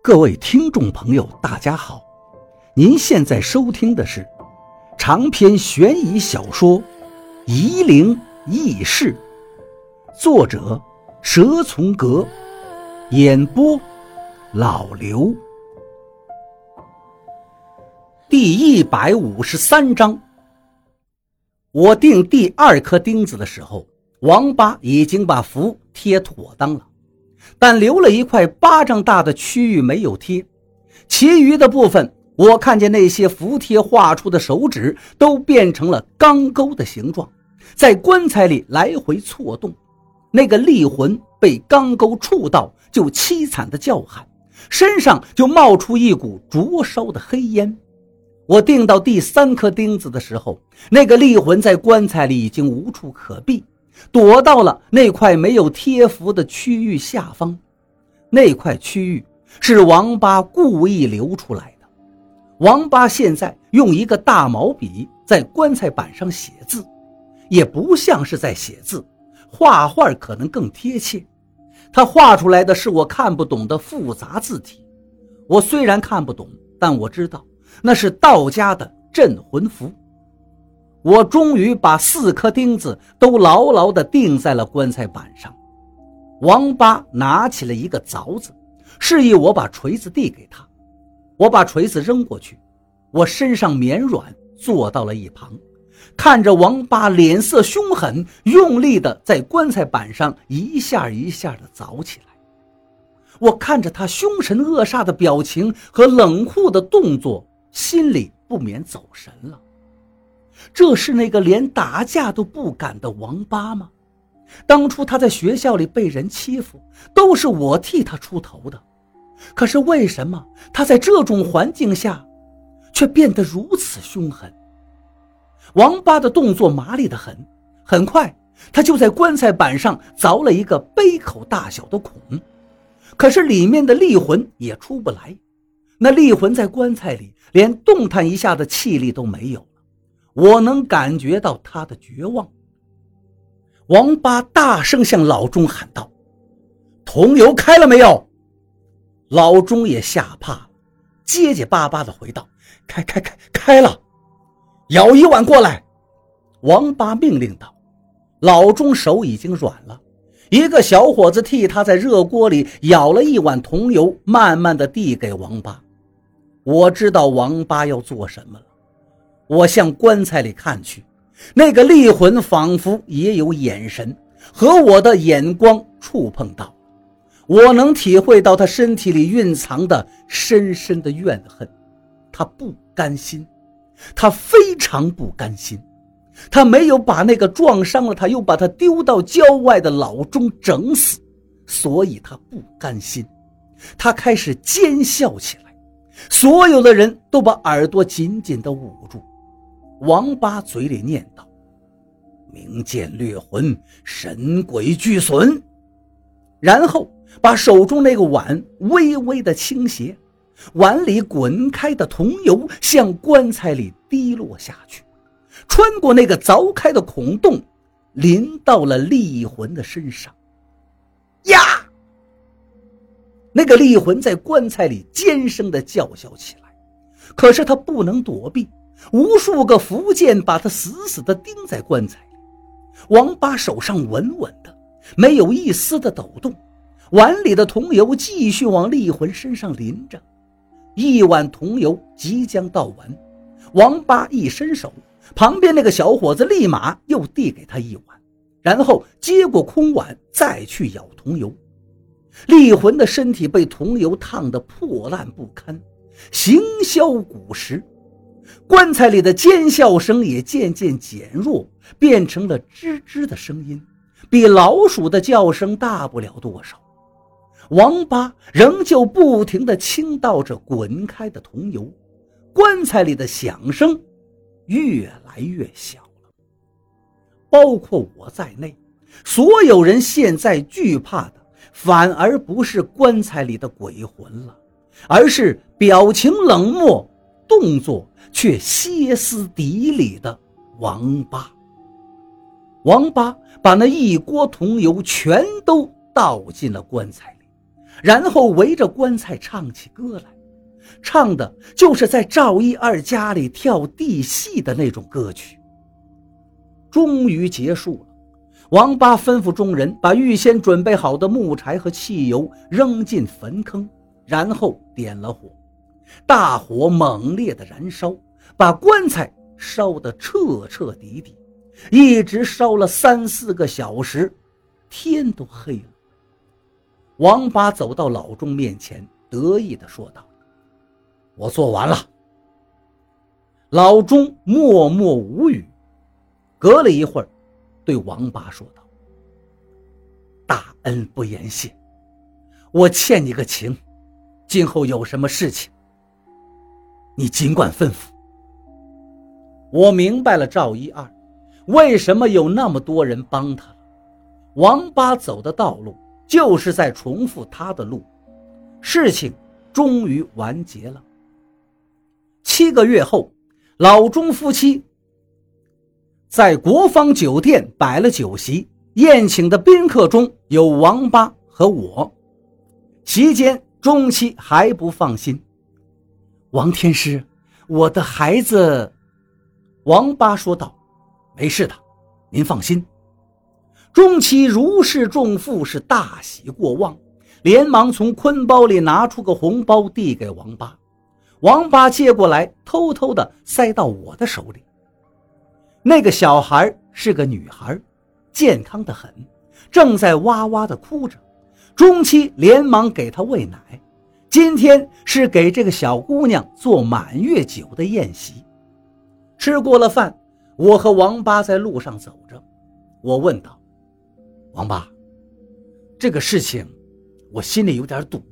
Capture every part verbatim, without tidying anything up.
各位听众朋友大家好，您现在收听的是长篇悬疑小说《夷陵轶事》，作者蛇从阁，演播老刘。第一百五十三章。我钉第二颗钉子的时候，王八已经把符贴妥当了，但留了一块巴掌大的区域没有贴，其余的部分我看见那些符贴画出的手指都变成了钢钩的形状，在棺材里来回错动。那个厉魂被钢钩触到就凄惨的叫喊，身上就冒出一股灼烧的黑烟。我钉到第三颗钉子的时候，那个厉魂在棺材里已经无处可避，躲到了那块没有贴符的区域下方。那块区域是王八故意留出来的。王八现在用一个大毛笔在棺材板上写字，也不像是在写字，画画可能更贴切。他画出来的是我看不懂的复杂字体。我虽然看不懂，但我知道那是道家的镇魂符。我终于把四颗钉子都牢牢地钉在了棺材板上。王八拿起了一个凿子，示意我把锤子递给他。我把锤子扔过去，我身上绵软，坐到了一旁，看着王八脸色凶狠，用力地在棺材板上一下一下地凿起来。我看着他凶神恶煞的表情和冷酷的动作，心里不免走神了。这是那个连打架都不敢的王八吗？当初他在学校里被人欺负，都是我替他出头的，可是为什么他在这种环境下却变得如此凶狠？王八的动作麻利得很，很快他就在棺材板上凿了一个杯口大小的孔，可是里面的厉魂也出不来。那厉魂在棺材里连动弹一下的气力都没有了，我能感觉到他的绝望。王八大声向老钟喊道：桐油开了没有？老钟也吓怕了，结结巴巴地回道：开开开开了。舀一碗过来。王八命令道。老钟手已经软了，一个小伙子替他在热锅里舀了一碗桐油，慢慢地递给王八。我知道王八要做什么了。我向棺材里看去，那个厉魂仿佛也有眼神，和我的眼光触碰到。我能体会到他身体里蕴藏的深深的怨恨。他不甘心，他非常不甘心。他没有把那个撞伤了他又把他丢到郊外的老钟整死，所以他不甘心。他开始奸笑起来，所有的人都把耳朵紧紧地捂住。王八嘴里念叨：明剑掠魂，神鬼俱损。然后把手中那个碗微微地倾斜，碗里滚开的桐油向棺材里滴落下去，穿过那个凿开的孔洞，淋到了厉魂的身上。呀！那个厉魂在棺材里尖声地叫嚣起来，可是他不能躲避，无数个符剑把他死死地钉在棺材里。王八手上稳稳的，没有一丝的抖动，碗里的桐油继续往厉魂身上淋着。一碗桐油即将倒完，王八一伸手，旁边那个小伙子立马又递给他一碗，然后接过空碗再去舀桐油。厉魂的身体被桐油烫得破烂不堪，形销骨实。棺材里的尖笑声也渐渐减弱，变成了吱吱的声音，比老鼠的叫声大不了多少。王八仍旧不停地倾倒着滚开的桐油，棺材里的响声越来越小了。包括我在内，所有人现在惧怕的反而不是棺材里的鬼魂了，而是表情冷漠，动作却歇斯底里的王八。王八把那一锅桐油全都倒进了棺材里， 然后围着棺材唱起歌来，唱的就是在赵一二家里跳地戏的那种歌曲。终于结束了，王八吩咐众人把预先准备好的木柴和汽油扔进坟坑，然后点了火，大火猛烈的燃烧，把棺材烧得彻彻底底，一直烧了三四个小时，天都黑了。王八走到老钟面前，得意地说道：“我做完了。”老钟默默无语，隔了一会儿，对王八说道：“大恩不言谢，我欠你个情，今后有什么事情，你尽管吩咐。”我明白了赵一二为什么有那么多人帮他了。王八走的道路就是在重复他的路，事情终于完结了。七个月后，老钟夫妻在国芳酒店摆了酒席，宴请的宾客中有王八和我。席间钟妻还不放心：“王天师，我的孩子……”王八说道：“没事的，您放心。”钟妻如释重负，是大喜过望，连忙从坤包里拿出个红包递给王八。王八接过来，偷偷地塞到我的手里。那个小孩是个女孩，健康得很，正在哇哇地哭着。钟妻连忙给她喂奶。今天是给这个小姑娘做满月酒的宴席。吃过了饭，我和王八在路上走着。我问道：“王八，这个事情我心里有点堵，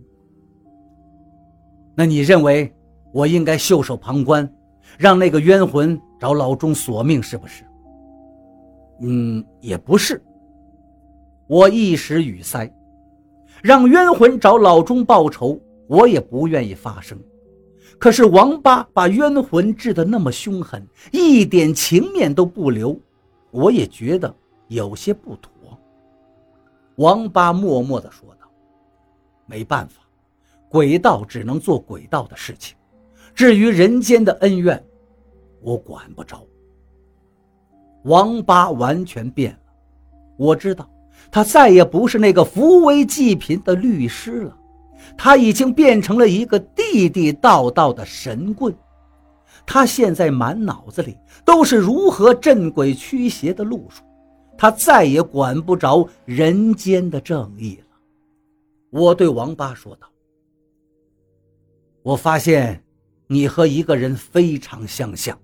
那你认为我应该袖手旁观，让那个冤魂找老钟索命是不是？”“嗯，也不是。”我一时语塞。让冤魂找老钟报仇，我也不愿意发生。可是王八把冤魂治得那么凶狠，一点情面都不留，我也觉得有些不妥。王八默默地说道：“没办法，鬼道只能做鬼道的事情，至于人间的恩怨，我管不着。”王八完全变了，我知道他再也不是那个扶危济贫的律师了，他已经变成了一个地地道道的神棍。他现在满脑子里都是如何镇鬼驱邪的路数，他再也管不着人间的正义了。我对王八说道：“我发现你和一个人非常相像。”“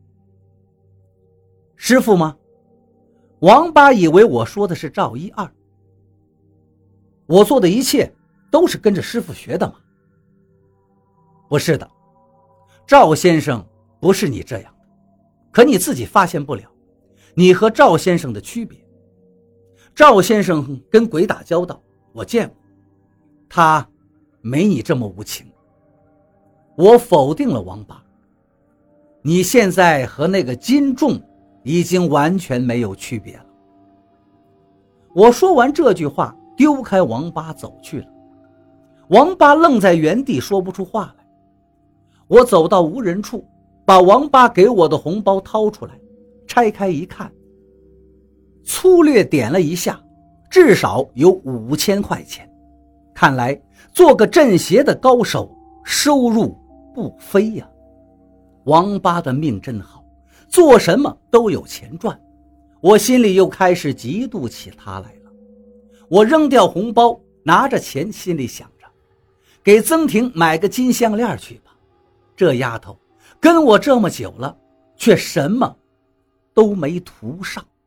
师父吗？”王八以为我说的是赵一二。“我做的一切都是跟着师父学的吗？”“不是的，赵先生不是你这样的，可你自己发现不了你和赵先生的区别。赵先生跟鬼打交道，我见过，他没你这么无情。”我否定了王八：“你现在和那个金仲已经完全没有区别了。”我说完这句话，丢开王八走去了。王八愣在原地，说不出话来。我走到无人处，把王八给我的红包掏出来，拆开一看，粗略点了一下，至少有五千块钱。看来做个镇邪的高手，收入不菲呀。王八的命真好，做什么都有钱赚。我心里又开始嫉妒起他来了。我扔掉红包，拿着钱，心里想着，给曾婷买个金项链去吧。这丫头跟我这么久了，却什么都没图上。